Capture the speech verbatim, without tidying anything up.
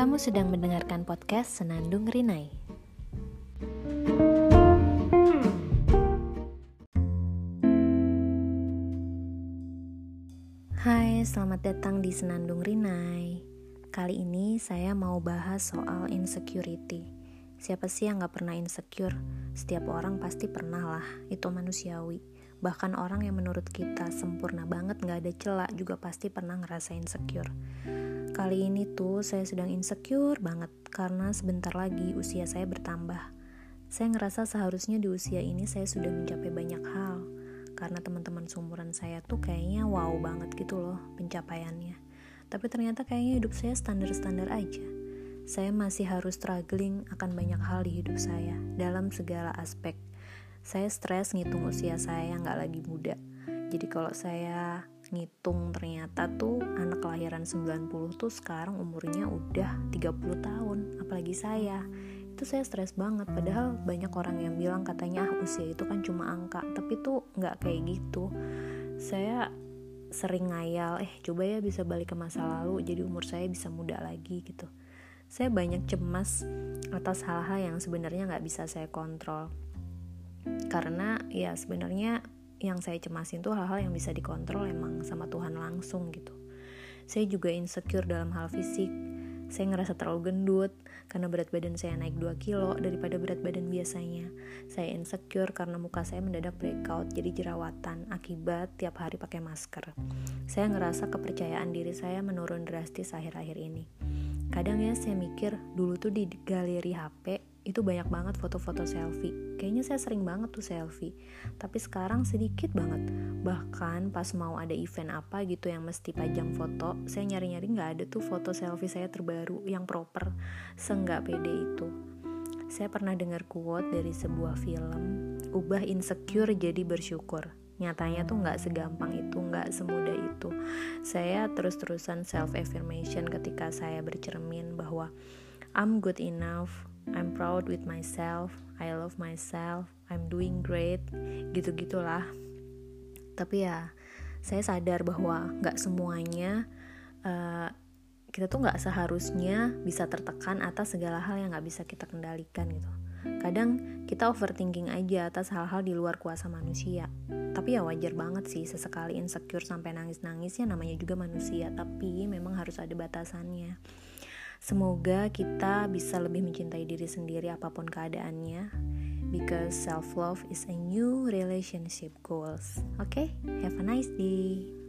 Kamu sedang mendengarkan podcast Senandung Rinai. Hai, selamat datang di Senandung Rinai. Kali ini saya mau bahas soal insecurity. Siapa sih yang gak pernah insecure? Setiap orang pasti pernah lah, itu manusiawi. Bahkan orang yang menurut kita sempurna banget gak ada celah juga pasti pernah ngerasa insecure. Kali ini tuh saya sedang insecure banget karena sebentar lagi usia saya bertambah. Saya ngerasa seharusnya di usia ini saya sudah mencapai banyak hal. Karena teman-teman seumuran saya tuh kayaknya wow banget gitu loh pencapaiannya. Tapi ternyata kayaknya hidup saya standar-standar aja. Saya masih harus struggling akan banyak hal di hidup saya dalam segala aspek. Saya stres ngitung usia saya yang gak lagi muda. Jadi kalau saya ngitung ternyata tuh anak kelahiran sembilan puluh tuh sekarang umurnya udah tiga puluh tahun, apalagi saya. Itu saya stres banget, padahal banyak orang yang bilang katanya ah usia itu kan cuma angka, tapi tuh gak kayak gitu. Saya sering ngayal, eh coba ya bisa balik ke masa lalu, jadi umur saya bisa muda lagi gitu. Saya banyak cemas atas hal-hal yang sebenarnya gak bisa saya kontrol. Karena ya sebenarnya yang saya cemasin tuh hal-hal yang bisa dikontrol emang sama Tuhan langsung gitu. Saya juga insecure dalam hal fisik. Saya ngerasa terlalu gendut karena berat badan saya naik dua kilo daripada berat badan biasanya. Saya insecure karena muka saya mendadak breakout jadi jerawatan akibat tiap hari pakai masker. Saya ngerasa kepercayaan diri saya menurun drastis akhir-akhir ini. Kadang ya saya mikir dulu tuh di galeri H P itu banyak banget foto-foto selfie. Kayaknya saya sering banget tuh selfie. Tapi sekarang sedikit banget. Bahkan pas mau ada event apa gitu yang mesti pajang foto, saya nyari-nyari gak ada tuh foto selfie saya terbaru yang proper. Seenggak pede itu. Saya pernah dengar quote dari sebuah film, ubah insecure jadi bersyukur. Nyatanya tuh gak segampang itu, gak semudah itu. Saya terus-terusan self-affirmation ketika saya bercermin bahwa I'm good enough, I'm proud with myself, I love myself, I'm doing great, gitu-gitulah. Tapi ya, saya sadar bahwa gak semuanya uh, kita tuh gak seharusnya bisa tertekan atas segala hal yang gak bisa kita kendalikan gitu. Kadang kita overthinking aja atas hal-hal di luar kuasa manusia. Tapi ya wajar banget sih sesekali insecure sampai nangis-nangis, ya namanya juga manusia. Tapi memang harus ada batasannya. Semoga kita bisa lebih mencintai diri sendiri apapun keadaannya, because self-love is a new relationship goals. Okay, have a nice day.